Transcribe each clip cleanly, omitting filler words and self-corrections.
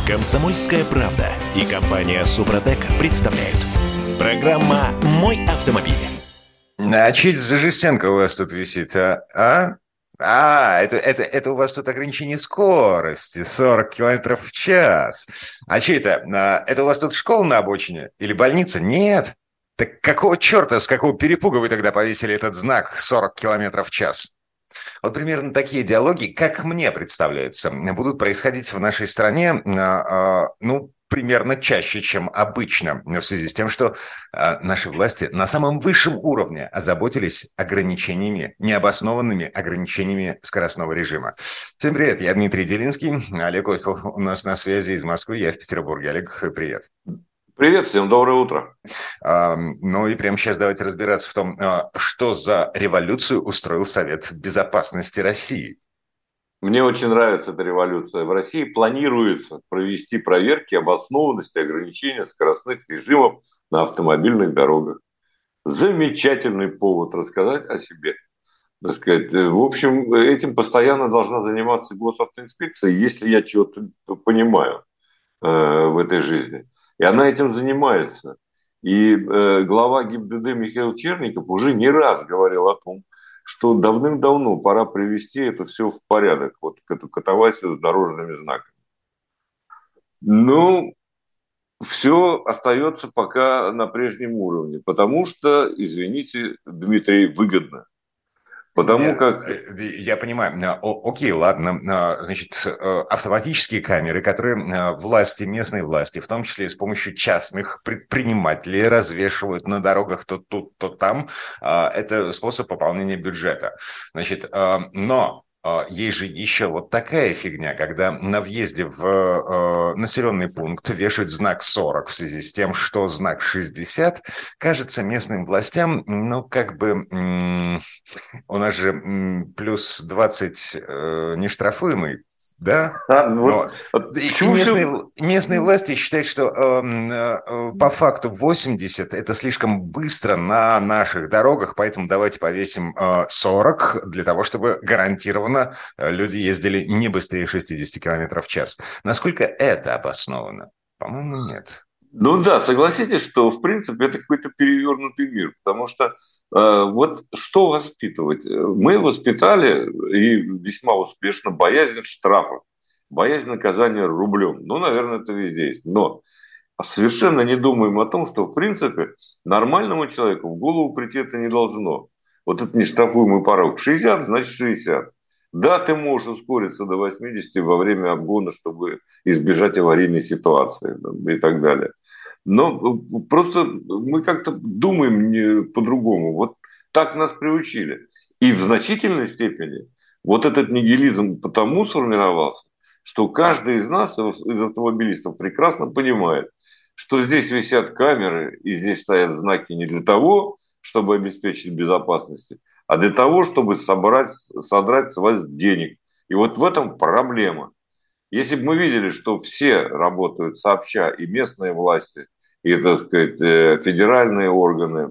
Комсомольская правда и компания «Супротек» представляют. Программа «Мой автомобиль». А чуть за жестянка у вас тут висит, это у вас тут ограничение скорости 40 километров в час. А че это? Это у вас тут школа на обочине? Или больница? Нет. Так какого черта, с какого перепуга вы тогда повесили этот знак 40 километров в час? Вот примерно такие диалоги, как мне представляется, будут происходить в нашей стране, примерно чаще, чем обычно, в связи с тем, что наши власти на самом высшем уровне озаботились ограничениями, необоснованными ограничениями скоростного режима. Всем привет, я Дмитрий Делинский, Олег Осипов у нас на связи из Москвы, я в Петербурге. Олег, привет. Привет, всем доброе утро. Ну и прямо сейчас давайте разбираться в том, что за революцию устроил Совет Безопасности России. Мне очень нравится эта революция. В России планируется провести проверки обоснованности ограничения скоростных режимов на автомобильных дорогах. Замечательный повод рассказать о себе. Так сказать. В общем, этим постоянно должна заниматься госавтоинспекция, если я чего-то понимаю в этой жизни. И она этим занимается. И глава ГИБДД Михаил Черников уже не раз говорил о том, что давным-давно пора привести это все в порядок, вот эту катавасию с дорожными знаками. Ну, все остается пока на прежнем уровне, потому что, извините, Дмитрий, выгодно. Потому как... Я понимаю. Окей, ладно. Значит, автоматические камеры, которые местные власти, в том числе с помощью частных предпринимателей, развешивают на дорогах то тут, то там, это способ пополнения бюджета. Значит, но... Есть же еще вот такая фигня, когда на въезде в населенный пункт вешают знак 40 в связи с тем, что знак 60 кажется местным властям, у нас же плюс 20 нештрафуемый, да? Местные власти считают, что по факту 80 это слишком быстро на наших дорогах, поэтому давайте повесим 40 для того, чтобы гарантированно люди ездили не быстрее 60 км в час. Насколько это обосновано? По-моему, нет. Ну да, согласитесь, что в принципе это какой-то перевернутый мир, потому что вот что воспитывать? Мы воспитали и весьма успешно боязнь штрафов, боязнь наказания рублем. Ну, наверное, это везде есть. Но совершенно не думаем о том, что в принципе нормальному человеку в голову прийти это не должно. Вот это нештрафуемый порог. 60, значит 60. Да, ты можешь ускориться до 80 во время обгона, чтобы избежать аварийной ситуации и так далее. Но просто мы как-то думаем по-другому. Вот так нас приучили. И в значительной степени вот этот нигилизм потому сформировался, что каждый из нас, из автомобилистов, прекрасно понимает, что здесь висят камеры и здесь стоят знаки не для того, чтобы обеспечить безопасность, а для того, чтобы содрать с вас денег. И вот в этом проблема. Если бы мы видели, что все работают сообща, и местные власти, и, так сказать, федеральные органы,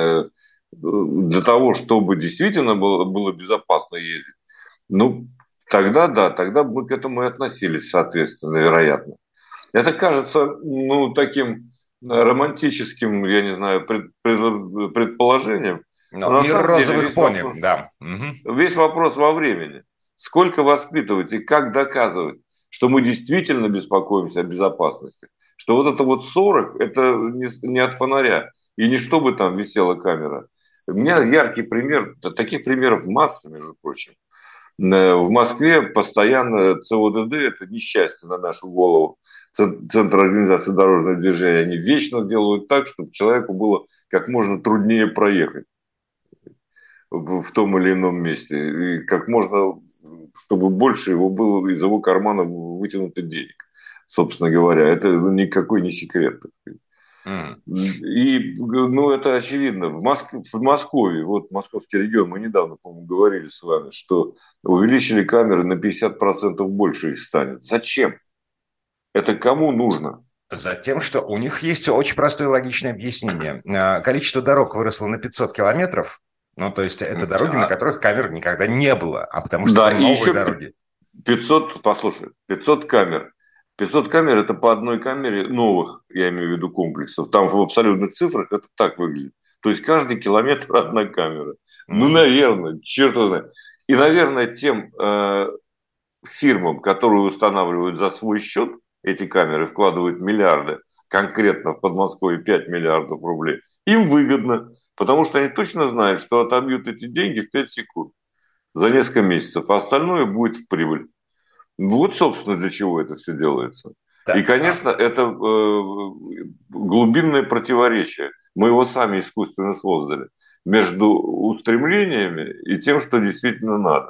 для того, чтобы действительно было безопасно ездить, ну, тогда да, тогда мы к этому и относились, соответственно, вероятно. Это кажется, таким романтическим, я не знаю, предположением. Мир розовых пони, да. Весь вопрос во времени. Сколько воспитывать и как доказывать, что мы действительно беспокоимся о безопасности. Что вот это вот 40, это не от фонаря. И не чтобы там висела камера. У меня яркий пример, таких примеров масса, между прочим. В Москве постоянно ЦОДД, это несчастье на нашу голову, Центр организации дорожного движения, они вечно делают так, чтобы человеку было как можно труднее проехать в том или ином месте. И как можно, чтобы больше его было из его кармана вытянуто денег, собственно говоря. Это никакой не секрет. И, это очевидно. В Москве, вот московский регион, мы недавно, по-моему, говорили с вами, что увеличили камеры на 50% больше их станет. Зачем? Это кому нужно? Затем, что у них есть очень простое и логичное объяснение. Количество дорог выросло на 500 километров. То есть это дороги, на которых камер никогда не было, а потому что это новые дороги. 500 камер. 500 камер – это по одной камере новых, я имею в виду, комплексов. Там в абсолютных цифрах это так выглядит. То есть каждый километр одна камера. Ну, Мгм. наверное, черт его знает. И, наверное, тем фирмам, которые устанавливают за свой счет эти камеры, вкладывают миллиарды, конкретно в Подмосковье 5 миллиардов рублей, им выгодно, потому что они точно знают, что отобьют эти деньги в 5 секунд за несколько месяцев, а остальное будет в прибыль. Вот, собственно, для чего это все делается. И, Так, конечно, это глубинное противоречие. Мы его сами искусственно создали между устремлениями и тем, что действительно надо.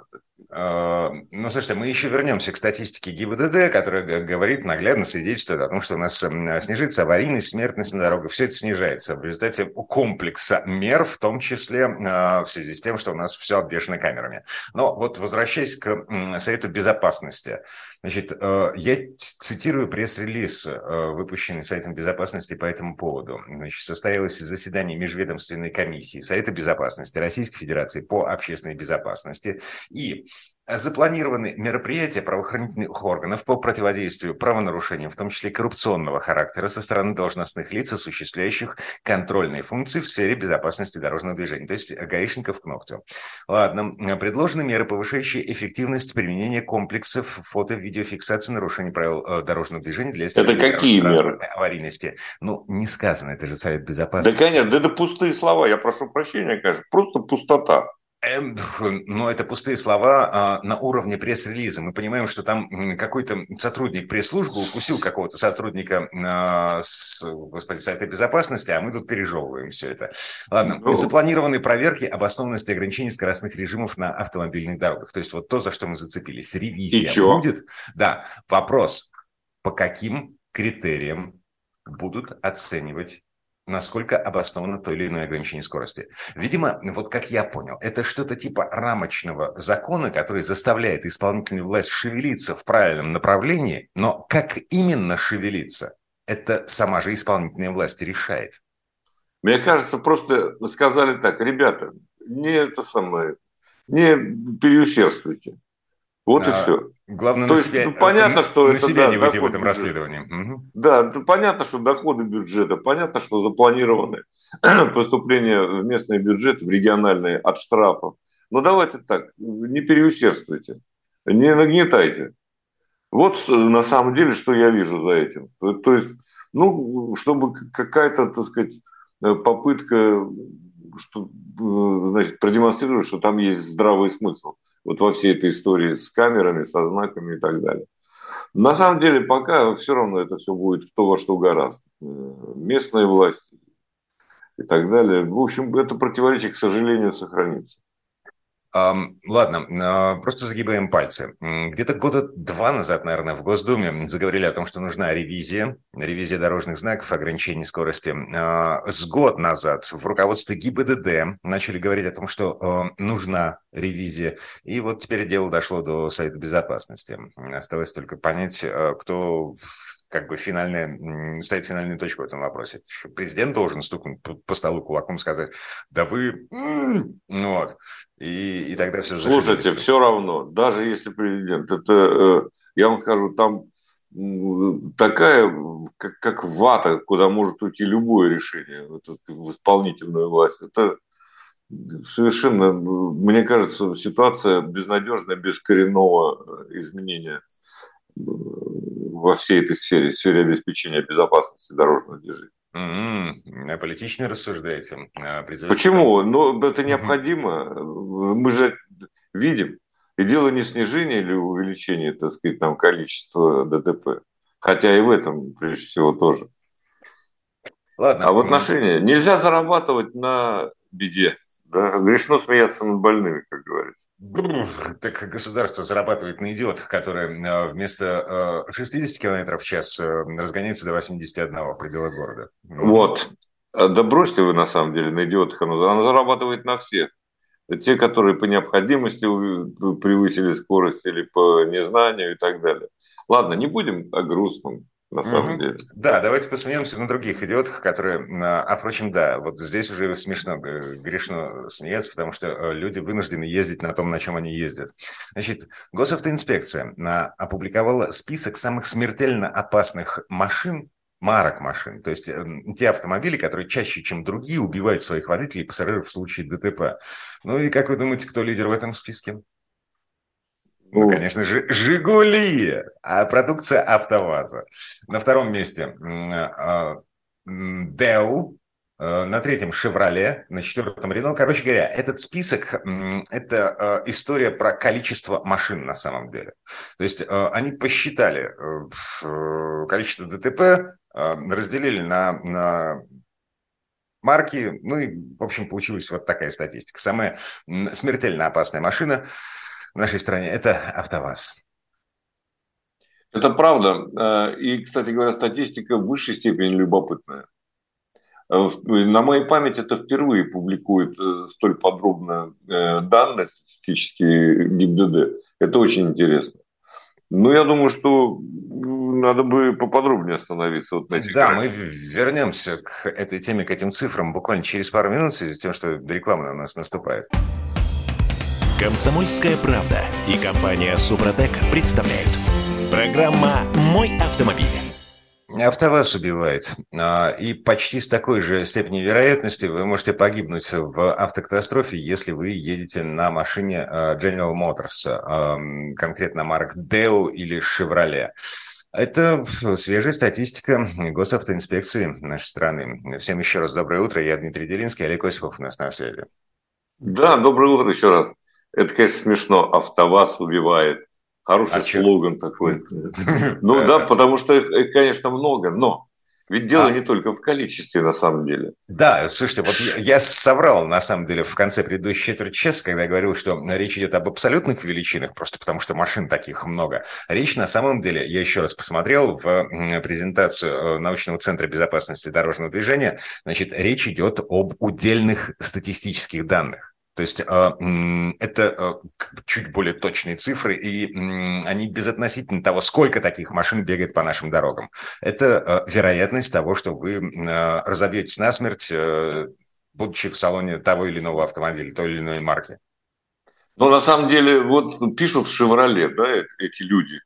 Ну, слушайте, мы еще вернемся к статистике ГИБДД, которая говорит, наглядно свидетельствует о том, что у нас снижается аварийность, смертность на дорогах. Все это снижается в результате комплекса мер, в том числе в связи с тем, что у нас все обвешано камерами. Но вот возвращаясь к Совету Безопасности. Значит, я цитирую пресс-релиз, выпущенный Советом Безопасности по этому поводу. Значит, состоялось заседание Межведомственной комиссии Совета Безопасности Российской Федерации по общественной безопасности. И запланированы мероприятия правоохранительных органов по противодействию правонарушениям, в том числе коррупционного характера, со стороны должностных лиц, осуществляющих контрольные функции в сфере безопасности дорожного движения, то есть гаишников к ногтю. Ладно, предложены меры, повышающие эффективность применения комплексов фото-видеофиксации нарушений правил дорожного движения для Это снижения какие меры? дорожно-транспортной аварийности. Ну, не сказано, это же Совет Да, Безопасности. конечно, да это пустые слова. Я прошу прощения, конечно, просто пустота. Ну, это пустые слова на уровне пресс-релиза. Мы понимаем, что там какой-то сотрудник пресс-службы укусил какого-то сотрудника господи, Совета Безопасности, а мы тут пережевываем все это. Ладно, Ну, запланированы проверки обоснованности ограничений скоростных режимов на автомобильных дорогах. То есть вот то, за что мы зацепились. и Ревизия чё? будет? Да. Вопрос, по каким критериям будут оценивать, насколько обосновано то или иное ограничение скорости. Видимо, вот как я понял, это что-то типа рамочного закона, который заставляет исполнительную власть шевелиться в правильном направлении, но как именно шевелиться, это сама же исполнительная власть решает. Мне кажется, просто сказали так: ребята, не это самое, не переусердствуйте. Вот и все. Главное То есть, ну, понятно, что на это, себя да, не выйти в доход этом бюджета. расследовании. Мгм. Да, да, понятно, что доходы бюджета, понятно, что запланированы поступления в местный бюджет, в региональные от штрафов. Но давайте так, не переусердствуйте, не нагнетайте. Вот на самом деле, что я вижу за этим. То есть, ну, чтобы какая-то, так сказать, попытка значит, продемонстрировать, что там есть здравый смысл. Вот во всей этой истории с камерами, со знаками и так далее. На самом деле, пока все равно это все будет кто во что гораздо. Местные власти и так далее. В общем, это противоречие, к сожалению, сохранится. Ладно, просто загибаем пальцы. Где-то года 2 назад, наверное, в Госдуме заговорили о том, что нужна ревизия дорожных знаков, ограничений скорости. С год назад в руководстве ГИБДД начали говорить о том, что нужна ревизия. И вот теперь дело дошло до Совета Безопасности. Осталось только понять, кто как бы ставит финальную точку в этом вопросе. Что президент должен стукнуть по столу кулаком и сказать: да вы... Вот. И тогда все Слушайте, зашевелится. все равно, даже если президент, это, я вам скажу, там такая, как вата, куда может уйти любое решение в исполнительную власть. Это совершенно, мне кажется, ситуация безнадежная, без коренного изменения во всей этой сфере, сфере обеспечения безопасности дорожного движения. Аполитично рассуждаете. Призываете к Почему? тому... Ну, это Мгм. необходимо. Мы же видим. И дело не снижение или увеличение, так сказать, там, количества ДТП. Хотя и в этом, прежде всего, тоже. Ладно, А в отношении нельзя зарабатывать на беде. Да? Грешно смеяться над больными, как говорится. так государство зарабатывает на идиотах, которые вместо 60 километров в час разгоняются до 81 в пределах города. Мгм. Вот. Да бросьте вы, на самом деле, на идиотах. Она зарабатывает на всех. Те, которые по необходимости превысили скорость или по незнанию и так далее. Ладно, не будем о грустном. на самом деле. Да, давайте посмеемся на других идиотах, которые... впрочем, да, вот здесь уже смешно, грешно смеяться, потому что люди вынуждены ездить на том, на чем они ездят. Значит, госавтоинспекция опубликовала список самых смертельно опасных машин, марок машин, то есть те автомобили, которые чаще, чем другие, убивают своих водителей и пассажиров в случае ДТП. Ну и как вы думаете, кто лидер в этом списке? Ну, конечно же, «Жигули», а продукция «АвтоВАЗа». На втором месте «Дэу», на третьем «Шевроле», на четвертом «Рено». Короче говоря, этот список – это история про количество машин на самом деле. То есть они посчитали количество ДТП, разделили на марки, ну и, в общем, получилась вот такая статистика. Самая смертельно опасная машина в нашей стране – это «АвтоВАЗ». Это правда. И, кстати говоря, статистика в высшей степени любопытная. На моей памяти это впервые публикует столь подробно данные статистические ГИБДД. Это очень интересно. Но я думаю, что надо бы поподробнее остановиться вот на этих. Да, мы вернемся к этой теме, к этим цифрам буквально через пару минут, в связи с тем, что реклама у нас наступает. «Комсомольская правда» и компания «Супротек» представляют. Программа «Мой автомобиль». «АвтоВАЗ» убивает. И почти с такой же степенью вероятности вы можете погибнуть в автокатастрофе, если вы едете на машине General Motors, конкретно марок Deo или Chevrolet. Это свежая статистика госавтоинспекции нашей страны. Всем еще раз доброе утро. Я Дмитрий Делинский, Олег Осипов у нас на связи. Да, доброе утро еще раз. Это, конечно, смешно. «АвтоВАЗ» убивает. Хороший слоган такой. Ну да, потому что их, конечно, много, но ведь дело не только в количестве, на самом деле. Да, слушайте, вот я соврал, на самом деле, в конце предыдущей четверти часа, когда я говорил, что речь идет об абсолютных величинах, просто потому что машин таких много. Речь, на самом деле, я еще раз посмотрел в презентацию Научного центра безопасности дорожного движения, значит, речь идет об удельных статистических данных. То есть это чуть более точные цифры, и они безотносительно того, сколько таких машин бегает по нашим дорогам. Это вероятность того, что вы разобьетесь насмерть, будучи в салоне того или иного автомобиля, той или иной марки. Ну, на самом деле, вот пишут «Шевроле», да, эти люди.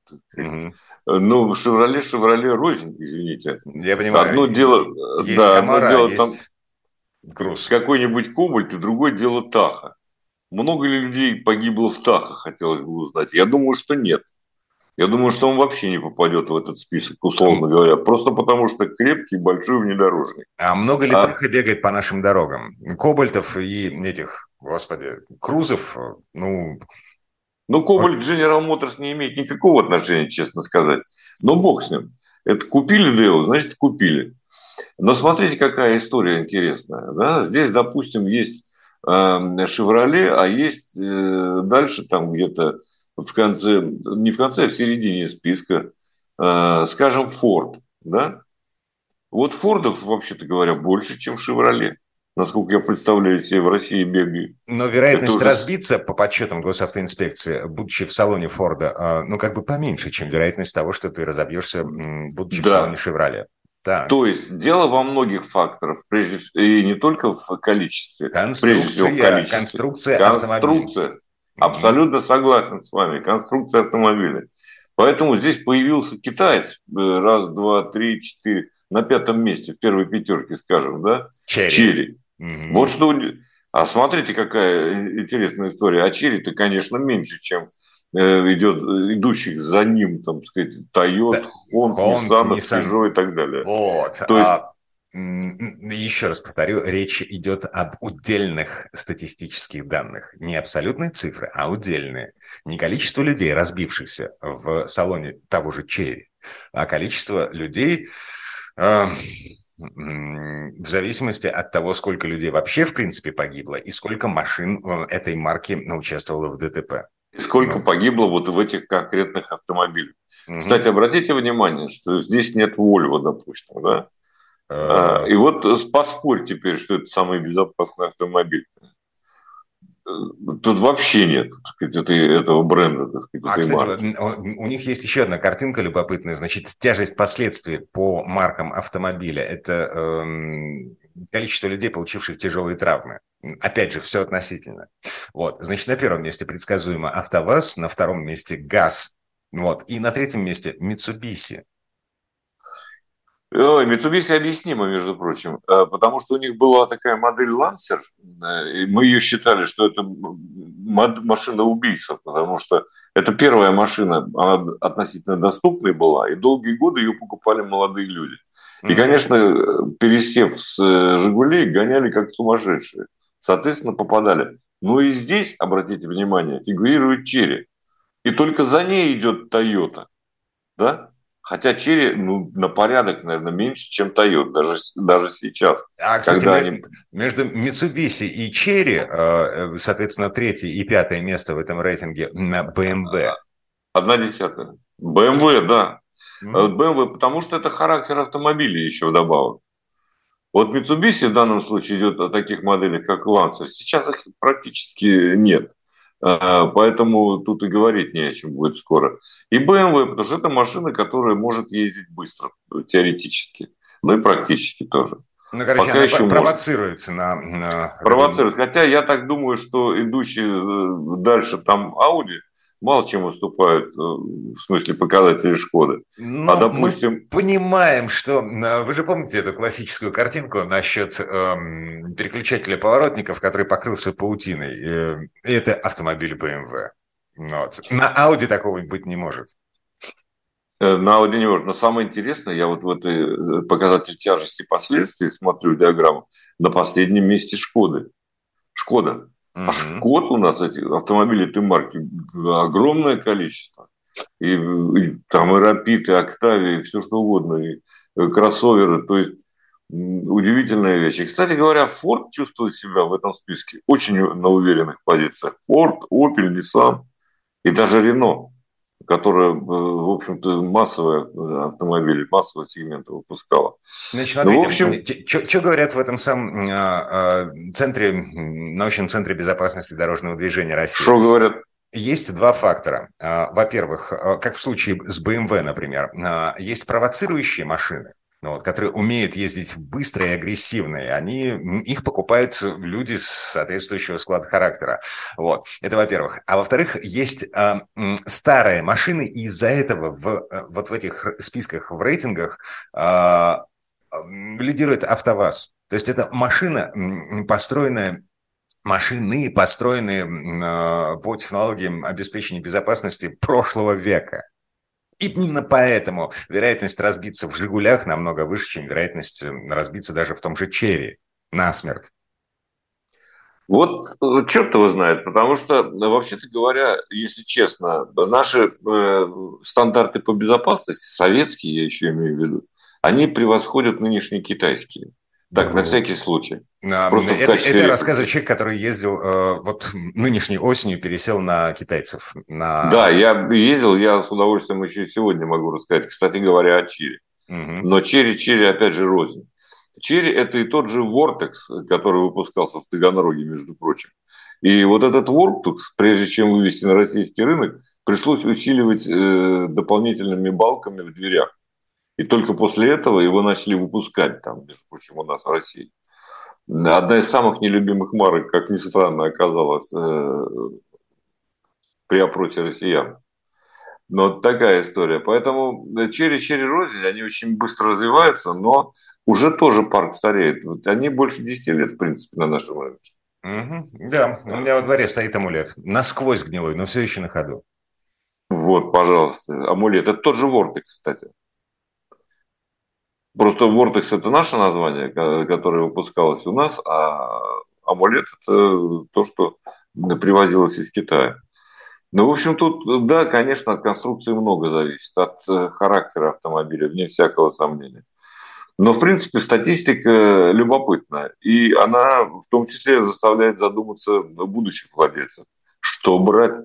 Ну, «Шевроле» рознь, извините. Я понимаю. Одно дело, есть Камара, одно дело есть... там... Груз. Какой-нибудь Кобальт, и другое дело Таха. Много ли людей погибло в Таха, хотелось бы узнать? Я думаю, что нет. Я думаю, что он вообще не попадет в этот список, условно говоря. Просто потому, что крепкий, большой внедорожник. А много ли Таха бегает по нашим дорогам? Кобальтов и этих, господи, Крузов, ну... Ну, Кобальт General Motors не имеет никакого отношения, честно сказать. Но бог с ним. Это купили Део, значит, купили. Но смотрите, какая история интересная. Да? Здесь, допустим, есть «Шевроле», а есть дальше там где-то в конце, не в конце, а в середине списка, скажем, «Форд». Да? Вот «Фордов», вообще-то говоря, больше, чем «Шевроле». Насколько я представляю себе, в России бегают. Но вероятность разбиться, по подсчетам госавтоинспекции, будучи в салоне Форда, ну, как бы поменьше, чем вероятность того, что ты разобьешься, будучи в салоне «Шевроле». Так. То есть дело во многих факторах, прежде всего, и не только в количестве. Конструкция автомобиля. Абсолютно согласен с вами. Конструкция автомобиля. Поэтому здесь появился китаец. Раз, два, три, четыре. На пятом месте, в первой пятерке, скажем, да? Черри. Вот что... А смотрите, какая интересная история. А Черри-то, конечно, меньше, чем идущих за ним, там, сказать, Toyota, Honda, Nissan, Peugeot и так далее. Вот. То есть... Еще раз повторю, речь идет об удельных статистических данных. Не абсолютные цифры, а удельные. Не количество людей, разбившихся в салоне того же Черри, а количество людей... в зависимости от того, сколько людей вообще, в принципе, погибло, и сколько машин этой марки участвовало в ДТП. И сколько погибло вот в этих конкретных автомобилях. Кстати, обратите внимание, что здесь нет Volvo, допустим, да? И вот поспорь теперь, что это самый безопасный автомобиль. тут вообще нет, так сказать, этого бренда, так сказать, этой Кстати, марки. у них есть еще одна картинка любопытная, значит, тяжесть последствий по маркам автомобиля. Это количество людей, получивших тяжелые травмы. Опять же, все относительно. Вот, значит, на первом месте предсказуемо АвтоВАЗ, на втором месте ГАЗ, вот, и на третьем месте Mitsubishi. Ой, Mitsubishi объяснимо, между прочим, потому что у них была такая модель Lancer, и мы ее считали, что это машина-убийца, потому что это первая машина, она относительно доступной была, и долгие годы ее покупали молодые люди. И, конечно, пересев с «Жигулей», гоняли как сумасшедшие. Соответственно, попадали. Но и здесь, обратите внимание, фигурирует «Черри». И только за ней идет «Тойота». Да? Хотя Черри, на порядок, наверное, меньше, чем Toyota, даже сейчас. Кстати, Когда они... между Mitsubishi и Chery, соответственно, третье и пятое место в этом рейтинге на BMW. 1/10. BMW, да. BMW, потому что это характер автомобиля еще вдобавок. Вот Mitsubishi в данном случае идет о таких моделях, как Lancer. Сейчас их практически нет. Поэтому тут и говорить не о чем будет скоро. И BMW, потому что это машина, которая может ездить быстро, теоретически. Ну и практически тоже. Короче, Пока она еще провоцируется на... Провоцирует. Хотя я так думаю, что идущие дальше там Audi мало чем уступают в смысле показателей Шкоды. Допустим... Мы понимаем, что... Вы же помните эту классическую картинку насчет переключателя поворотников, который покрылся паутиной? Это автомобиль BMW. Вот. На Audi такого быть не может. На Audi не может. Но самое интересное, я вот в этой показатель тяжести последствий смотрю диаграмму, на последнем месте Шкоды. Шкода. А Шкод у нас, эти автомобили этой марки, огромное количество. И там и Рапид, и Октавия, и все что угодно, и кроссоверы. То есть удивительная вещь. И, кстати говоря, Ford чувствует себя в этом списке очень на уверенных позициях. Ford, Opel, Nissan и даже Renault, которая, в общем-то, массовые автомобили, массового сегмента выпускала. Значит, смотрите, что говорят в этом самом центре, научном центре безопасности дорожного движения России? Что говорят? Есть два фактора. Во-первых, как в случае с BMW, например, есть провоцирующие машины, которые умеют ездить быстро и агрессивно, и их покупают люди соответствующего склада характера. Вот. Это во-первых. А во-вторых, есть старые машины, и из-за этого в этих списках, в рейтингах лидирует АвтоВАЗ. То есть это машины, построенные по технологиям обеспечения безопасности прошлого века. И именно поэтому вероятность разбиться в «Жигулях» намного выше, чем вероятность разбиться даже в том же «Черри» насмерть. Вот черт его знает, потому что, вообще-то говоря, если честно, наши стандарты по безопасности, советские я еще имею в виду, они превосходят нынешние китайские. Так, на всякий случай. Это рассказывает человек, который ездил, вот нынешней осенью пересел на китайцев. Да, я ездил, я с удовольствием еще и сегодня могу рассказать, кстати говоря, о Черри. Но Черри, опять же, рознь. Черри – это и тот же Vortex, который выпускался в Таганроге, между прочим. И вот этот Vortex, прежде чем вывести на российский рынок, пришлось усиливать дополнительными балками в дверях. И только после этого его начали выпускать там, между прочим, у нас в России. Одна из самых нелюбимых марок, как ни странно, оказалась при опросе россиян. Но вот такая история. Поэтому Черри рознь, они очень быстро развиваются, но уже тоже парк стареет. Вот они больше 10 лет, в принципе, на нашем рынке. Да, у меня во дворе стоит амулет. Насквозь гнилой, но все еще на ходу. Вот, пожалуйста, амулет. Это тот же Vortex, кстати. Просто Vortex – это наше название, которое выпускалось у нас, а амулет – это то, что привозилось из Китая. Ну, в общем, тут, да, конечно, от конструкции много зависит, от характера автомобиля, вне всякого сомнения. Но, в принципе, статистика любопытная, и она в том числе заставляет задуматься будущих владельцев. Что брать?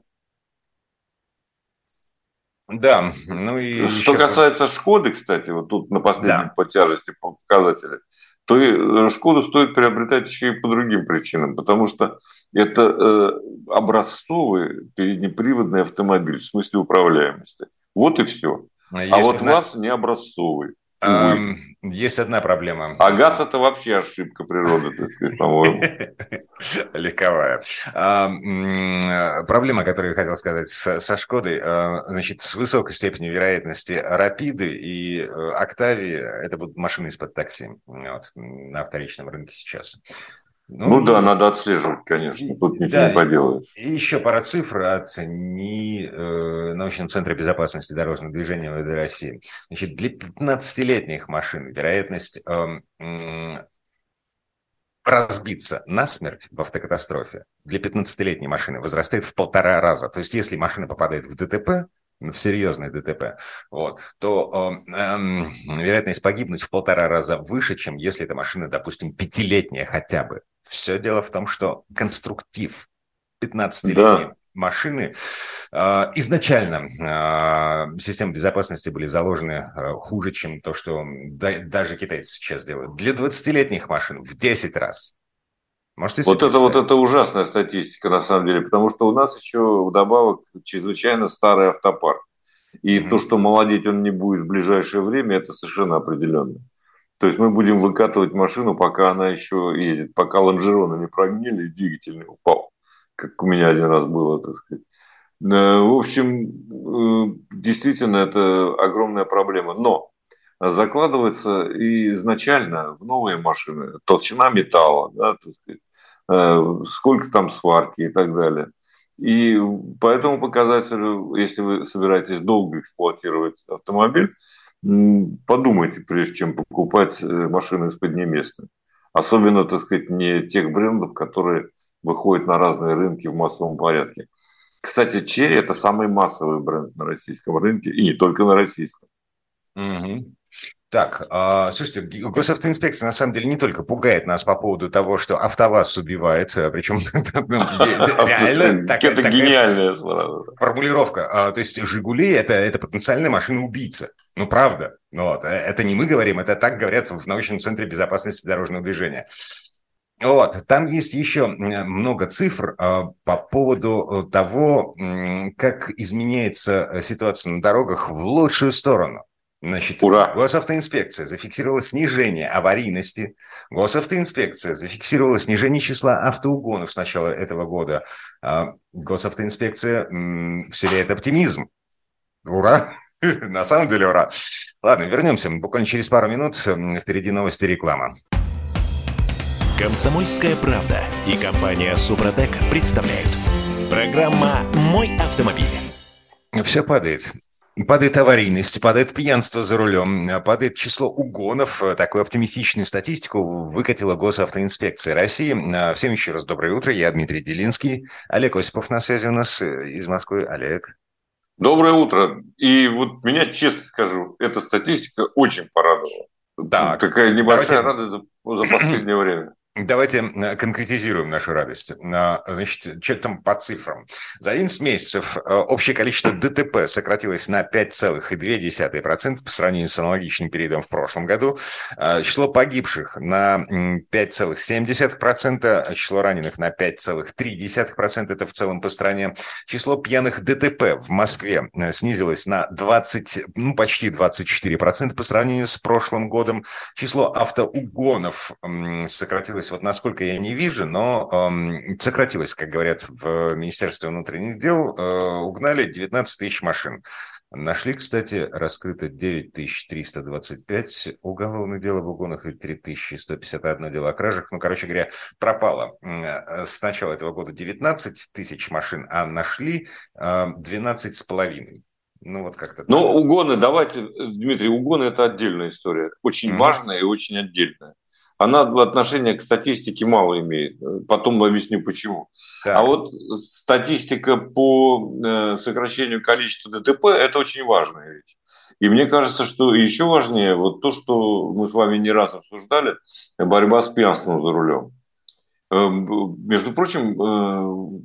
Да, ну и... Что касается Шкоды, кстати, вот тут на последнем по тяжести по показателям, то «Шкоду» стоит приобретать еще и по другим причинам, потому что это образцовый переднеприводный автомобиль в смысле управляемости. Вот и все. А Есть вот одна, ВАЗ не образцовый, увы. есть одна проблема. А газ – это вообще ошибка природы, так сказать, по-моему. Легковая. Проблема, которую я хотел сказать со «Шкодой», значит, с высокой степенью вероятности «Рапиды» и «Октавии» это будут машины из-под такси вот, на вторичном рынке сейчас. Ну да, надо отслеживать, конечно, тут ничего Да, не поделаешь. и еще пара цифр от НИИ, Научного центра безопасности дорожного движения МВД России. Значит, для 15-летних машин вероятность разбиться насмерть в автокатастрофе для 15-летней машины возрастает в 1,5 раза. То есть, если машина попадает в ДТП, в серьезное ДТП, вот, то вероятность погибнуть в 1,5 раза выше, чем если эта машина, допустим, 5-летняя хотя бы. Все дело в том, что конструктив 15-летней машины изначально системы безопасности были заложены хуже, чем то, что даже китайцы сейчас делают. Для 20-летних машин в 10 раз. Можете себе Вот представить? это ужасная статистика, на самом деле, потому что у нас еще вдобавок чрезвычайно старый автопарк. И то, что молодеть он не будет в ближайшее время, это совершенно определенно. То есть мы будем выкатывать машину, пока она еще едет, пока лонжероны не прогнили и двигатель не упал, как у меня один раз было, так сказать. В общем, действительно, это огромная проблема. Но закладывается и изначально в новые машины толщина металла, да, так сказать, сколько там сварки и так далее. И по этому показателю, если вы собираетесь долго эксплуатировать автомобиль, подумайте, прежде чем покупать машину из Поднебесной. Особенно, так сказать, не тех брендов, которые выходят на разные рынки в массовом порядке. Кстати, Черри – это самый массовый бренд на российском рынке, и не только на российском. Угу. Так, слушайте, госавтоинспекция на самом деле не только пугает нас по поводу того, что АвтоВАЗ убивает, причем реально Это гениальная формулировка. То есть «Жигули» – это потенциальная машина-убийца. Ну, правда. Вот. Это не мы говорим, это так говорят в научном центре безопасности дорожного движения. Вот, там есть еще много цифр по поводу того, как изменяется ситуация на дорогах в лучшую сторону. Значит, Ура! Госавтоинспекция зафиксировала снижение аварийности, Госавтоинспекция зафиксировала снижение числа автоугонов с начала этого года. Госавтоинспекция вселяет оптимизм. Ура! На самом деле ура! Ладно, вернемся. Буквально через пару минут. Впереди новости и реклама. «Комсомольская правда» и компания «Супротек» представляют. Программа «Мой автомобиль». Все падает. Падает аварийность, падает пьянство за рулем, падает число угонов. Такую оптимистичную статистику выкатила Госавтоинспекция России. Всем еще раз доброе утро. Я Дмитрий Делинский. Олег Осипов на связи у нас из Москвы. Олег. Доброе утро. И вот меня, честно скажу, эта статистика очень порадовала. Так, такая небольшая радость за последнее время. Давайте конкретизируем нашу радость. Значит, что там по цифрам? За 11 месяцев общее количество ДТП сократилось на 5,2% по сравнению с аналогичным периодом в прошлом году. Число погибших на 5,7%, число раненых на 5,3%, это в целом по стране. Число пьяных ДТП в Москве снизилось на 20, почти 24% по сравнению с прошлым годом. Число автоугонов сократилось, вот насколько я не вижу, но сократилось, как говорят в Министерстве внутренних дел, угнали 19 тысяч машин. Нашли, кстати, раскрыто 9325 уголовных дел об угонах и 3151 дело о кражах. Короче говоря, пропало с начала этого года 19 тысяч машин, а нашли 12 с половиной. Вот как-то. Ну, угоны, давайте, Дмитрий, угоны – это отдельная история. Очень важная и очень отдельная. Она отношения к статистике мало имеет. Потом объясню, почему. Так. А вот статистика по сокращению количества ДТП – это очень важная вещь. И мне кажется, что еще важнее вот то, что мы с вами не раз обсуждали, борьба с пьянством за рулем. Между прочим,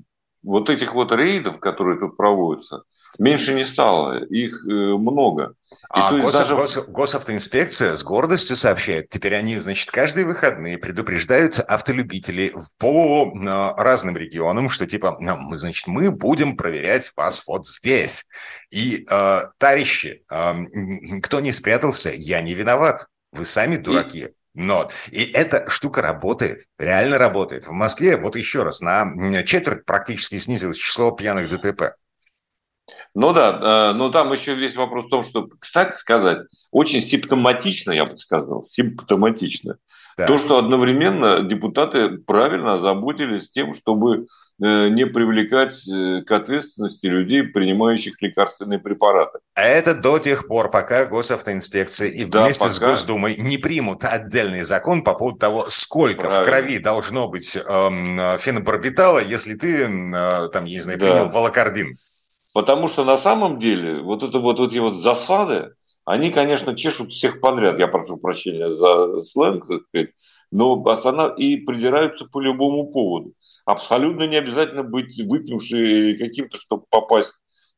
вот этих вот рейдов, которые тут проводятся, меньше не стало. Их много. И А то есть даже... госавтоинспекция с гордостью сообщает, теперь они, значит, каждые выходные предупреждают автолюбителей по разным регионам, что типа, значит, мы будем проверять вас вот здесь. И, товарищи, кто не спрятался, я не виноват. Вы сами дураки. Но и эта штука работает, реально работает. В Москве, вот еще раз, на четверть практически снизилось число пьяных ДТП. Ну да, но там еще весь вопрос в том, что, кстати сказать, очень симптоматично, я бы сказал, симптоматично, то, Так. что одновременно депутаты правильно озаботились тем, чтобы не привлекать к ответственности людей, принимающих лекарственные препараты. А это до тех пор, пока госавтоинспекция и вместе с Госдумой не примут отдельный закон по поводу того, сколько в крови должно быть фенобарбитала, если ты, там, я не знаю, принял волокордин. Потому что на самом деле вот эти вот засады, они, конечно, чешут всех подряд. Я прошу прощения за сленг, так сказать, но и придираются по любому поводу. Абсолютно не обязательно быть выпившим или каким-то, чтобы попасть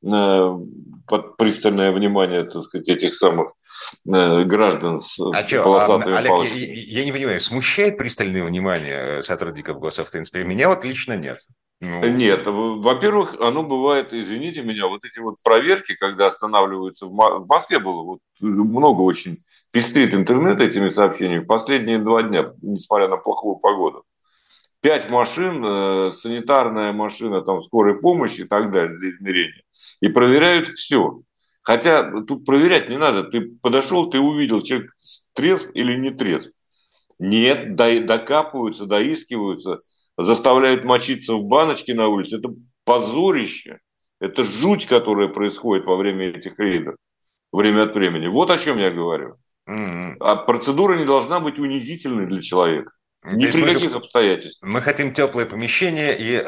под пристальное внимание, так сказать, этих самых граждан с полосатыми Олег, палочками. я не понимаю, смущает пристальное внимание сотрудников госавтоинспекции? Меня вот лично нет. Нет, во-первых, оно бывает, извините меня, вот эти вот проверки, когда останавливаются в Москве было вот много очень пестрит интернет этими сообщениями последние 2 дня, несмотря на плохую погоду. 5 машин, санитарная машина, там, скорой помощи и так далее для измерения. И проверяют все. Хотя тут проверять не надо. Ты подошел, ты увидел, человек трезв или не трезв. Нет, докапываются, доискиваются, заставляют мочиться в баночке на улице. Это позорище. Это жуть, которая происходит во время этих рейдов. Время от времени. Вот о чем я говорю. А процедура не должна быть унизительной для человека. Ни при каких обстоятельствах. Мы хотим теплое помещение и...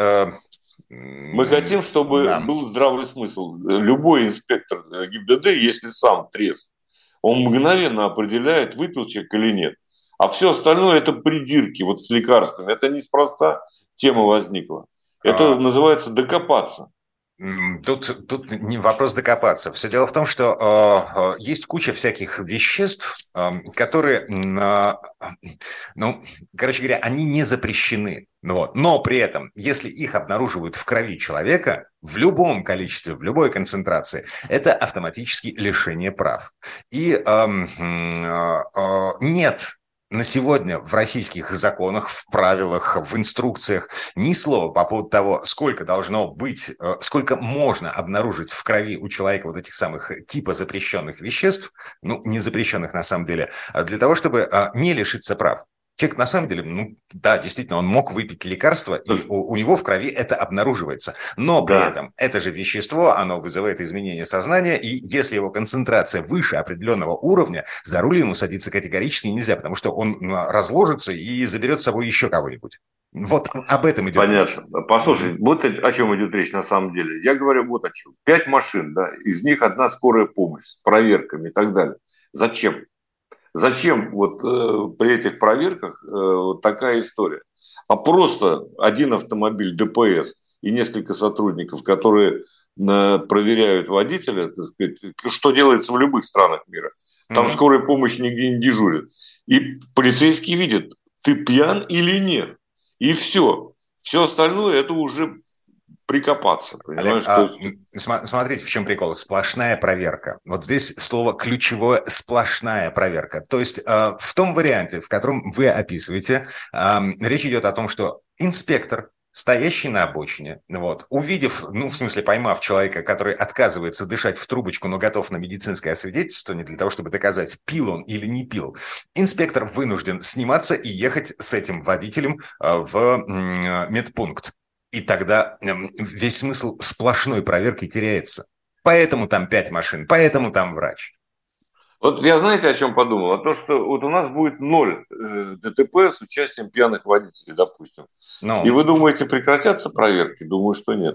Мы хотим, чтобы был здравый смысл. Любой инспектор ГИБДД, если сам трезв, он мгновенно определяет, выпил человек или нет. А все остальное – это придирки вот с лекарствами. Это неспроста тема возникла. Это называется докопаться. Тут не вопрос докопаться. Все дело в том, что есть куча всяких веществ, которые, короче говоря, они не запрещены. Но при этом, если их обнаруживают в крови человека, в любом количестве, в любой концентрации, это автоматически лишение прав. И нет на сегодня в российских законах, в правилах, в инструкциях ни слова по поводу того, сколько должно быть, сколько можно обнаружить в крови у человека вот этих самых типа запрещенных веществ, не запрещенных на самом деле, для того, чтобы не лишиться прав. Человек на самом деле, да, действительно, он мог выпить лекарство, и у него в крови это обнаруживается. Но при этом это же вещество, оно вызывает изменение сознания, и если его концентрация выше определенного уровня, за руль ему садиться категорически нельзя, потому что он разложится и заберет с собой еще кого-нибудь. Вот об этом идет речь. Понятно. Послушай, вот о чем идет речь на самом деле. Я говорю вот о чем. 5 машин, да, из них 1 скорая помощь с проверками и так далее. Зачем? Зачем вот при этих проверках вот такая история? А просто 1 автомобиль ДПС и несколько сотрудников, которые проверяют водителя, так сказать, что делается в любых странах мира. Там скорая помощь нигде не дежурит. И полицейские видят, ты пьян или нет. И все. Все остальное это уже прикопаться. Олег, смотрите, в чем прикол. Сплошная проверка. Вот здесь слово ключевое – сплошная проверка. То есть в том варианте, в котором вы описываете, речь идет о том, что инспектор, стоящий на обочине, увидев, в смысле поймав человека, который отказывается дышать в трубочку, но готов на медицинское освидетельствование для того, чтобы доказать, пил он или не пил, инспектор вынужден сниматься и ехать с этим водителем в медпункт. И тогда весь смысл сплошной проверки теряется. Поэтому там 5 машин, поэтому там врач. Вот я знаете, о чем подумал? О том, что вот у нас будет 0 ДТП с участием пьяных водителей, допустим. И вы думаете, прекратятся проверки? Думаю, что нет.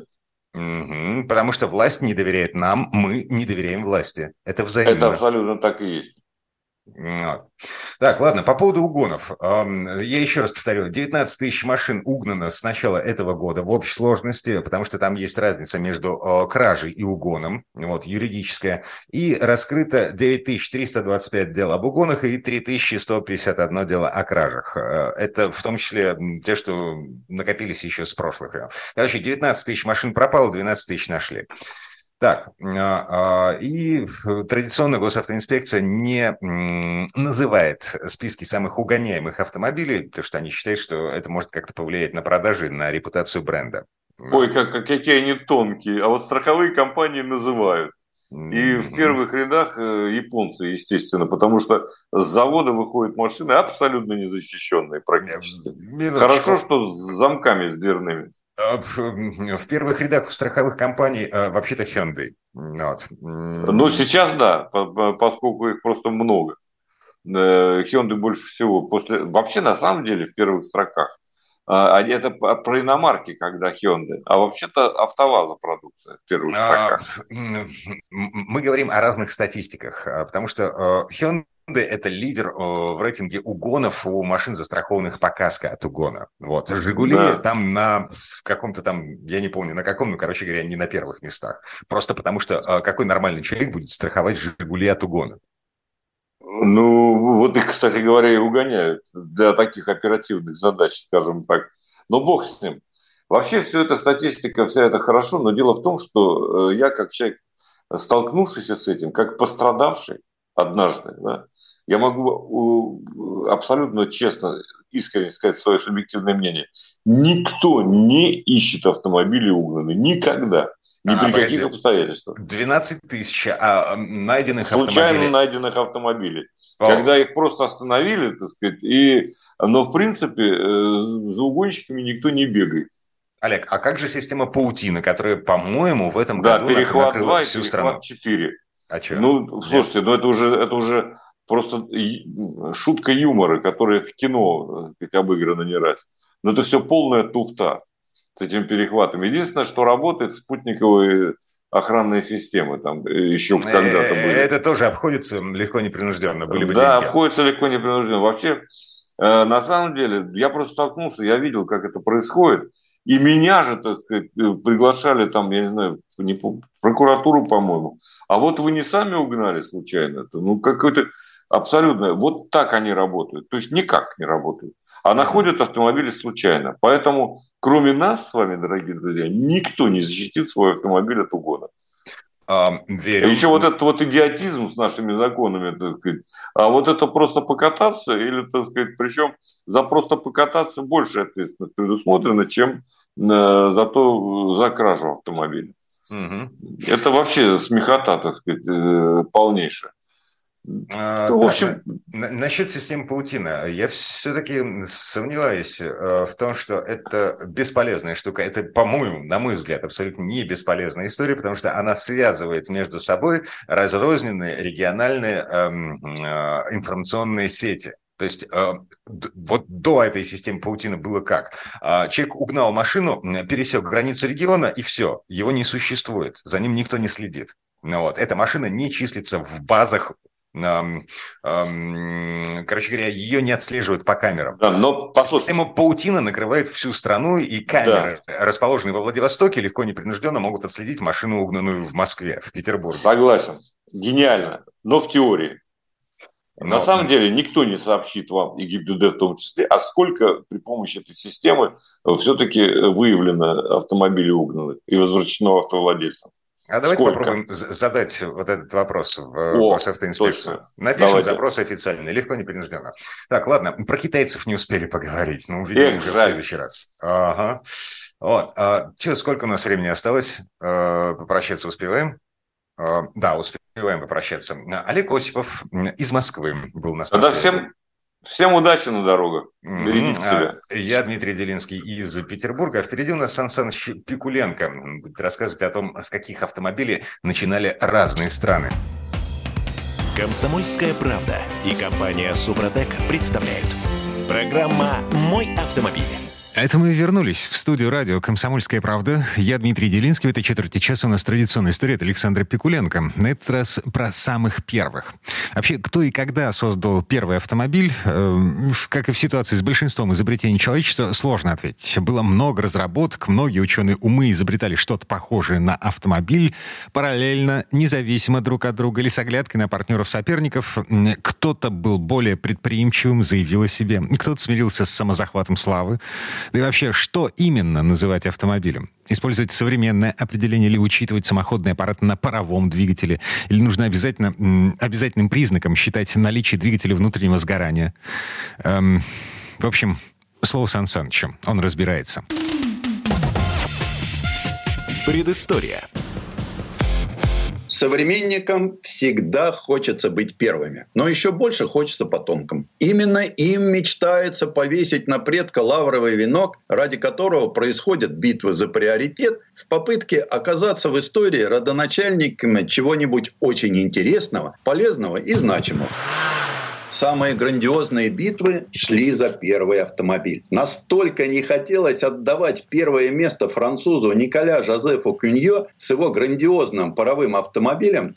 Потому что власть не доверяет нам, мы не доверяем власти. Это взаимно. Это абсолютно так и есть. Вот. Так, ладно, по поводу угонов. Я еще раз повторю, 19 тысяч машин угнано с начала этого года в общей сложности, потому что там есть разница между кражей и угоном, вот, юридическая, и раскрыто 9325 дел об угонах и 3151 дело о кражах. Это в том числе те, что накопились еще с прошлых. Короче, 19 тысяч машин пропало, 12 тысяч нашли. Так, и традиционно госавтоинспекция не называет списки самых угоняемых автомобилей, потому что они считают, что это может как-то повлиять на продажи, на репутацию бренда. Ой, какие они тонкие. А вот страховые компании называют. И в первых рядах японцы, естественно, потому что с завода выходят машины абсолютно незащищенные практически. Хорошо, что с замками с дверными. В первых рядах у страховых компаний вообще-то Hyundai. Вот. Ну, сейчас да, поскольку их просто много. Hyundai больше всего. Вообще, на самом деле, в первых строках. Это про иномарки, когда Hyundai. А вообще-то АвтоВАЗа продукция в первых строках. Мы говорим о разных статистиках, потому что Hyundai — это лидер в рейтинге угонов у машин, застрахованных по каско от угона. Вот. «Жигули» да. Там на каком-то там, я не помню на каком, но, короче говоря, не на первых местах. Просто потому что какой нормальный человек будет страховать «Жигули» от угона? Ну, вот их, кстати говоря, и угоняют для таких оперативных задач, скажем так. Но бог с ним. Вообще, все это статистика, вся это хорошо, но дело в том, что я, как человек, столкнувшийся с этим, как пострадавший однажды, да, я могу абсолютно честно, искренне сказать свое субъективное мнение. Никто не ищет автомобили угнанные. Никогда. Ни при каких обстоятельствах. 12 тысяч найденных случайно найденных автомобилей. Когда их просто остановили, так сказать, но в принципе за угонщиками никто не бегает. Олег, а как же система паутины, которая, по-моему, в этом году накрыла всю страну? Да, перехват 2 и перехват 4. А что? Ну, слушайте, ну это уже просто шутка юмора, которая в кино, так сказать, обыграна не раз. Но это все полная туфта с этим перехватом. Единственное, что работает, спутниковые охранные системы там еще когда-то были. Это тоже обходится легко непринужденно. Были бы да, деньги. Обходится легко непринужденно. Вообще, на самом деле, я просто столкнулся, я видел, как это происходит. И меня же, так сказать, приглашали там, я не знаю, в прокуратуру, по-моему. А вот вы не сами угнали случайно? Ну, какой-то абсолютно... Вот так они работают. То есть никак не работают. А находят автомобили случайно. Поэтому, кроме нас с вами, дорогие друзья, никто не защитит свой автомобиль от угона. Верю. Еще вот этот вот идиотизм с нашими законами, так сказать, а вот это просто покататься, или, так сказать, причем за просто покататься больше ответственность предусмотрено, чем за кражу автомобиля. Угу. Это вообще смехота, так сказать, полнейшая. В общем... Насчет системы паутины. Я все-таки сомневаюсь в том, что это бесполезная штука. Это, по-моему, на мой взгляд, абсолютно не бесполезная история, потому что она связывает между собой разрозненные региональные информационные сети. То есть вот до этой системы паутины было как? Человек угнал машину, пересек границу региона, и все, его не существует, за ним никто не следит. Вот. Эта машина не числится в базах. Короче говоря, ее не отслеживают по камерам. Да, но система паутина накрывает всю страну, и камеры, да, расположенные во Владивостоке, легко непринужденно могут отследить машину, угнанную в Москве, в Петербурге. Согласен. Гениально. Но в теории. На самом деле никто не сообщит вам, и ГИБДД в том числе, а сколько при помощи этой системы все-таки выявлено автомобилей угнанных и возвращено автовладельцам. А давайте попробуем задать вот этот вопрос в госавтоинспекцию. Напишем запрос официально, легко, непринужденно. Так, ладно, про китайцев не успели поговорить, но увидим уже в следующий раз. Ага. Вот. Сколько у нас времени осталось? Попрощаться успеваем? Да, успеваем попрощаться. Олег Осипов из Москвы был на связи. Всем удачи на дорогах. Берегите себя. Я Дмитрий Делинский из Петербурга. А впереди у нас Сан Саныч Пикуленко будет рассказывать о том, с каких автомобилей начинали разные страны. «Комсомольская правда» и компания «Супротек» представляют. Программа «Мой автомобиль». Это мы вернулись в студию радио «Комсомольская правда». Я Дмитрий Делинский. В этой четверти часа у нас традиционная история от Александра Пикуленко. На этот раз про самых первых. Вообще, кто и когда создал первый автомобиль, как и в ситуации с большинством изобретений человечества, сложно ответить. Было много разработок, многие ученые-умы изобретали что-то похожее на автомобиль, параллельно, независимо друг от друга или с оглядкой на партнеров-соперников. Кто-то был более предприимчивым, заявил о себе, кто-то смирился с самозахватом славы. Да и вообще, что именно называть автомобилем? Использовать современное определение или учитывать самоходный аппарат на паровом двигателе? Или нужно обязательным признаком считать наличие двигателя внутреннего сгорания? В общем, слово Сан Санычу. Он разбирается. Предыстория. Современникам всегда хочется быть первыми, но еще больше хочется потомкам. Именно им мечтается повесить на предка лавровый венок, ради которого происходят битвы за приоритет в попытке оказаться в истории родоначальниками чего-нибудь очень интересного, полезного и значимого. Самые грандиозные битвы шли за первый автомобиль. Настолько не хотелось отдавать первое место французу Николя Жозефу Кюньо с его грандиозным паровым автомобилем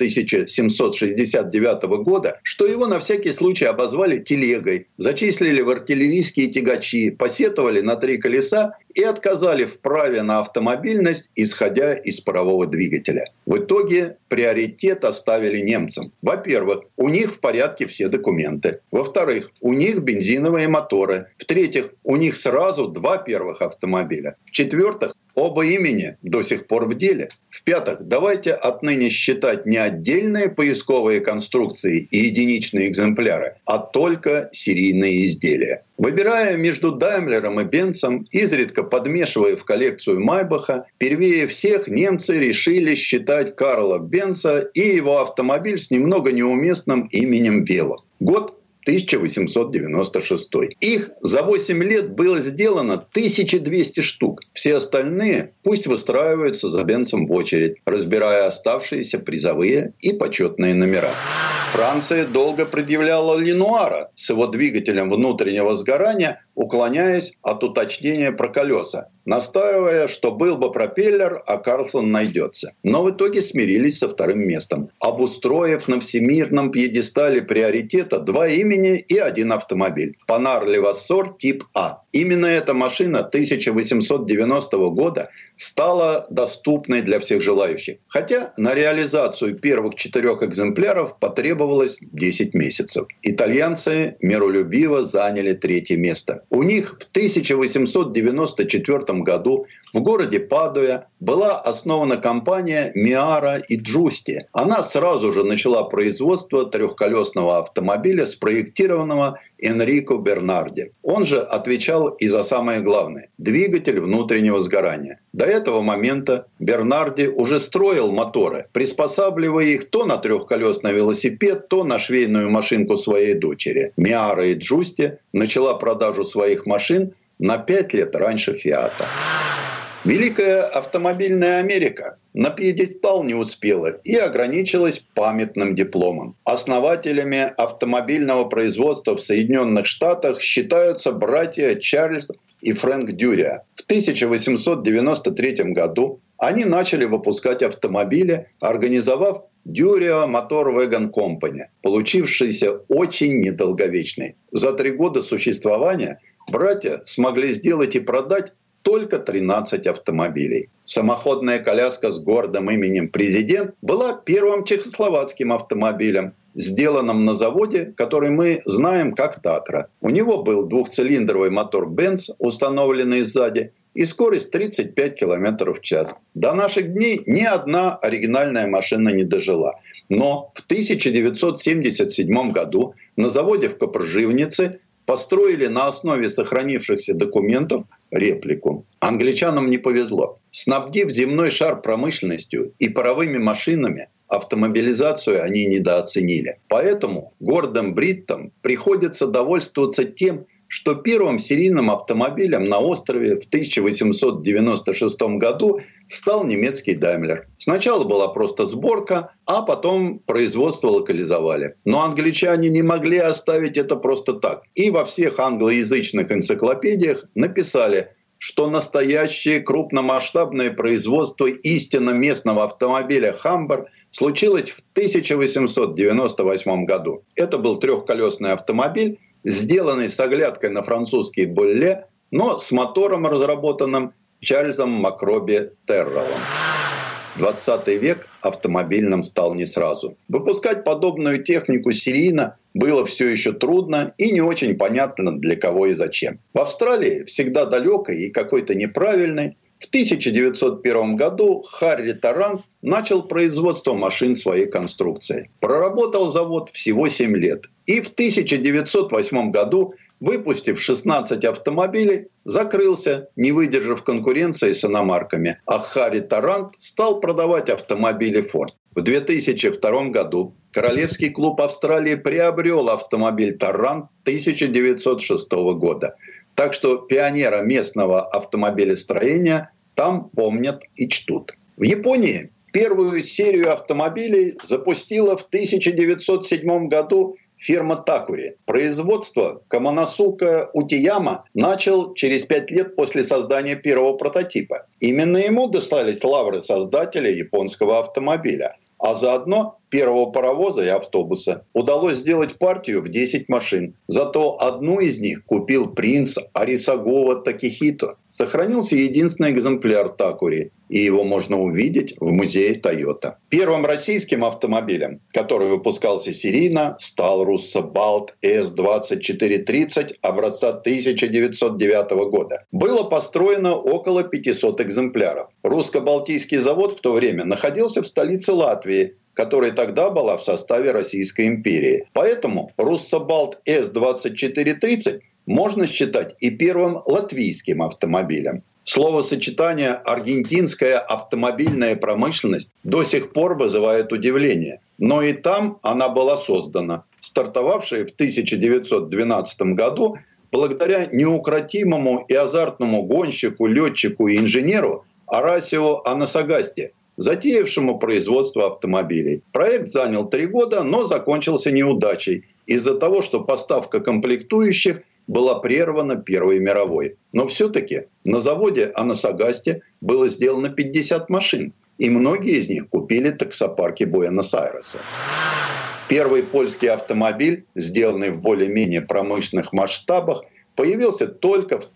1769 года, что его на всякий случай обозвали телегой, зачислили в артиллерийские тягачи, посетовали на 3 колеса и отказали в праве на автомобильность, исходя из парового двигателя. В итоге приоритет оставили немцам. Во-первых, у них в порядке все документы. Во-вторых, у них бензиновые моторы. В-третьих, у них сразу 2 первых автомобиля. В-четвертых, оба имени до сих пор в деле. В-пятых, давайте отныне считать не отдельные поисковые конструкции и единичные экземпляры, а только серийные изделия. Выбирая между Даймлером и Бенцем, изредка подмешивая в коллекцию Майбаха, первее всех немцы решили считать Карла Бенца и его автомобиль с немного неуместным именем Вело. Год 1896. Их за 8 лет было сделано 1200 штук. Все остальные пусть выстраиваются за Бенцем в очередь, разбирая оставшиеся призовые и почетные номера. Франция долго предъявляла Ленуара с его двигателем внутреннего сгорания, уклоняясь от уточнения про колеса, настаивая, что был бы пропеллер, а Карлсон найдется. Но в итоге смирились со вторым местом, обустроив на всемирном пьедестале приоритета 2 имени и 1 автомобиль. Панар Левассор тип А. Именно эта машина 1890 года стала доступной для всех желающих. Хотя на реализацию первых 4 экземпляров потребовалось 10 месяцев. Итальянцы миролюбиво заняли 3-е место. У них в 1894 году в городе Падуя была основана компания Миара и Джусти. Она сразу же начала производство 3-колесного автомобиля, спроектированного Энрико Бернарди. Он же отвечал и за самое главное – двигатель внутреннего сгорания. До этого момента Бернарди уже строил моторы, приспосабливая их то на 3-колесный велосипед, то на швейную машинку своей дочери. Миара и Джусти начала продажу своих машин на 5 лет раньше Фиата. Великая автомобильная Америка на пьедестал не успела и ограничилась памятным дипломом. Основателями автомобильного производства в Соединенных Штатах считаются братья Чарльз и Фрэнк Дюриа. В 1893 году они начали выпускать автомобили, организовав Дюриа Motor Wagon Company, получившийся очень недолговечной. За 3 года существования братья смогли сделать и продать только 13 автомобилей. Самоходная коляска с гордым именем «Президент» была первым чехословацким автомобилем, сделанным на заводе, который мы знаем как «Татра». У него был 2-цилиндровый мотор «Бенц», установленный сзади, и скорость 35 км в час. До наших дней ни одна оригинальная машина не дожила. Но в 1977 году на заводе в Копрживнице построили на основе сохранившихся документов реплику. Англичанам не повезло. Снабдив земной шар промышленностью и паровыми машинами, автомобилизацию они недооценили. Поэтому гордым бриттам приходится довольствоваться тем, что первым серийным автомобилем на острове в 1896 году стал немецкий Daimler. Сначала была просто сборка, а потом производство локализовали. Но англичане не могли оставить это просто так. И во всех англоязычных энциклопедиях написали что настоящее крупномасштабное производство истинно местного автомобиля «Хаммер» случилось в 1898 году. Это был трехколесный автомобиль, сделанный с оглядкой на французский «Болле», но с мотором, разработанным Чарльзом Макроби Терреллом. 20 век автомобильным стал не сразу. Выпускать подобную технику серийно было все еще трудно и не очень понятно, для кого и зачем. В Австралии, всегда далекой и какой-то неправильной, в 1901 году Харри Тарант начал производство машин своей конструкции. Проработал завод всего 7 лет. И в 1908 году, выпустив 16 автомобилей, закрылся, не выдержав конкуренции с иномарками. А Харри Тарант стал продавать автомобили Ford. В 2002 году Королевский клуб Австралии приобрел автомобиль Тарант 1906 года. Так что пионера местного автомобилестроения там помнят и чтут. В Японии первую серию автомобилей запустила в 1907 году фирма Такури. Производство Камоносука Утияма начал через 5 лет после создания первого прототипа. Именно ему достались лавры создателя японского автомобиля, а заодно первого паровоза и автобуса. Удалось сделать партию в 10 машин. Зато одну из них купил принц Арисагава Такихито. Сохранился единственный экземпляр Такури, и его можно увидеть в музее Тойота. Первым российским автомобилем, который выпускался серийно, стал Руссобалт С-2430 образца 1909 года. Было построено около 500 экземпляров. Русско-Балтийский завод в то время находился в столице Латвии, которая тогда была в составе Российской империи. Поэтому Руссобалт С-2430 можно считать и первым латвийским автомобилем. Словосочетание «аргентинская автомобильная промышленность» до сих пор вызывает удивление. Но и там она была создана. Стартовавшая в 1912 году благодаря неукротимому и азартному гонщику, летчику и инженеру Арасио Анасагасти, затеявшему производство автомобилей. Проект занял 3 года, но закончился неудачей из-за того, что поставка комплектующих была прервана Первой мировой. Но все-таки на заводе Анасагасти было сделано 50 машин, и многие из них купили таксопарки Буэнос-Айреса. Первый польский автомобиль, сделанный в более-менее промышленных масштабах, появился только в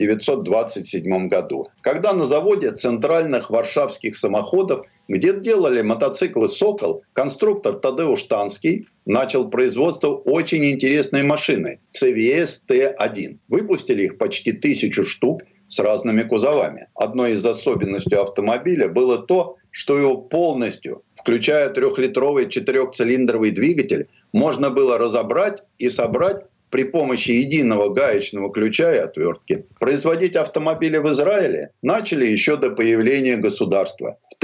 1927 году, когда на заводе центральных варшавских самоходов, где делали мотоциклы «Сокол», конструктор Тадеуш Танский начал производство очень интересной машины CVS T1. Выпустили их почти 1000 штук с разными кузовами. Одной из особенностей автомобиля было то, что его полностью, включая 3-литровый 4-цилиндровый двигатель, можно было разобрать и собрать при помощи единого гаечного ключа и отвертки. Производить автомобили в Израиле начали еще до появления государства в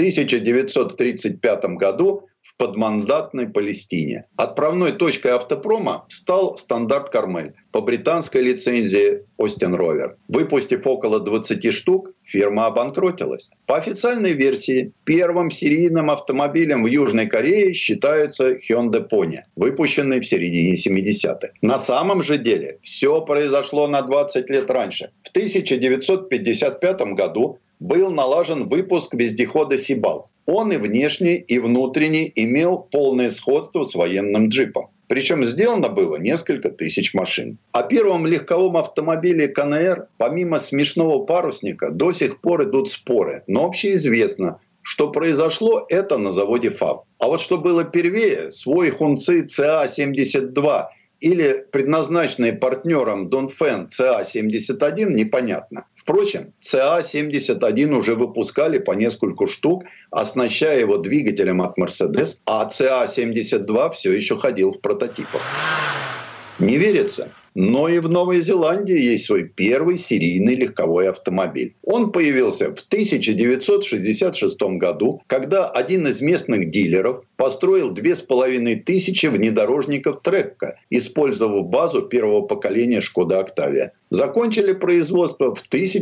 1935 году в подмандатной Палестине. Отправной точкой автопрома стал стандарт «Кармель» по британской лицензии «Остин Ровер». Выпустив около 20 штук, фирма обанкротилась. По официальной версии, первым серийным автомобилем в Южной Корее считается Hyundai Pony, выпущенный в середине 70-х. На самом же деле все произошло на 20 лет раньше. В 1955 году был налажен выпуск вездехода «Сибал». Он и внешне, и внутренне имел полное сходство с военным джипом. Причем сделано было несколько тысяч машин. О первом легковом автомобиле КНР, помимо смешного парусника, до сих пор идут споры. Но общеизвестно, что произошло это на заводе ФАВ. А вот что было первее, свой Хунци ЦА-72 или предназначенный партнером Донфен ЦА-71, непонятно. Впрочем, ЦА-71 уже выпускали по нескольку штук, оснащая его двигателем от Mercedes, а ЦА-72 все еще ходил в прототипах. Не верится? Но и в Новой Зеландии есть свой первый серийный легковой автомобиль. Он появился в 1966 году, когда один из местных дилеров построил 2500 внедорожников Трекка, использовав базу первого поколения Шкода Октавия. Закончили производство в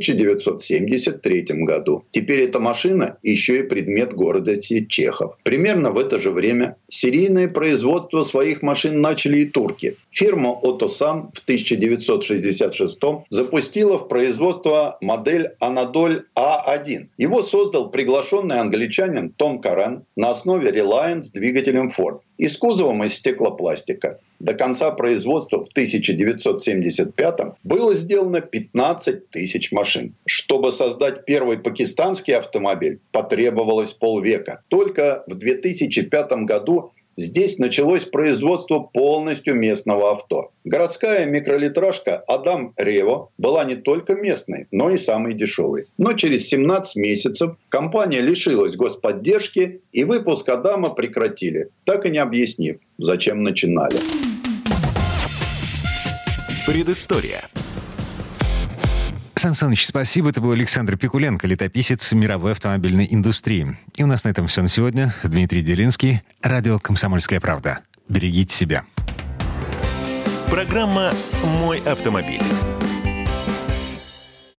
1973 году. Теперь эта машина еще и предмет гордости чехов. Примерно в это же время серийное производство своих машин начали и турки. Фирма «Отосам» в в 1966-м запустила в производство модель Анадоль А1. Его создал приглашенный англичанин Том Карен на основе Reliance с двигателем Ford и с кузовом из стеклопластика. До конца производства в 1975-м было сделано 15 тысяч машин. Чтобы создать первый пакистанский автомобиль, потребовалось полвека. Только в 2005 году здесь началось производство полностью местного авто. Городская микролитражка «Адам Рево» была не только местной, но и самой дешевой. Но через 17 месяцев компания лишилась господдержки и выпуск «Адама» прекратили, так и не объяснив, зачем начинали. Предыстория. Сан Саныч, спасибо. Это был Александр Пикуленко, летописец мировой автомобильной индустрии. И у нас на этом все на сегодня. Дмитрий Делинский, радио «Комсомольская правда». Берегите себя. Программа «Мой автомобиль».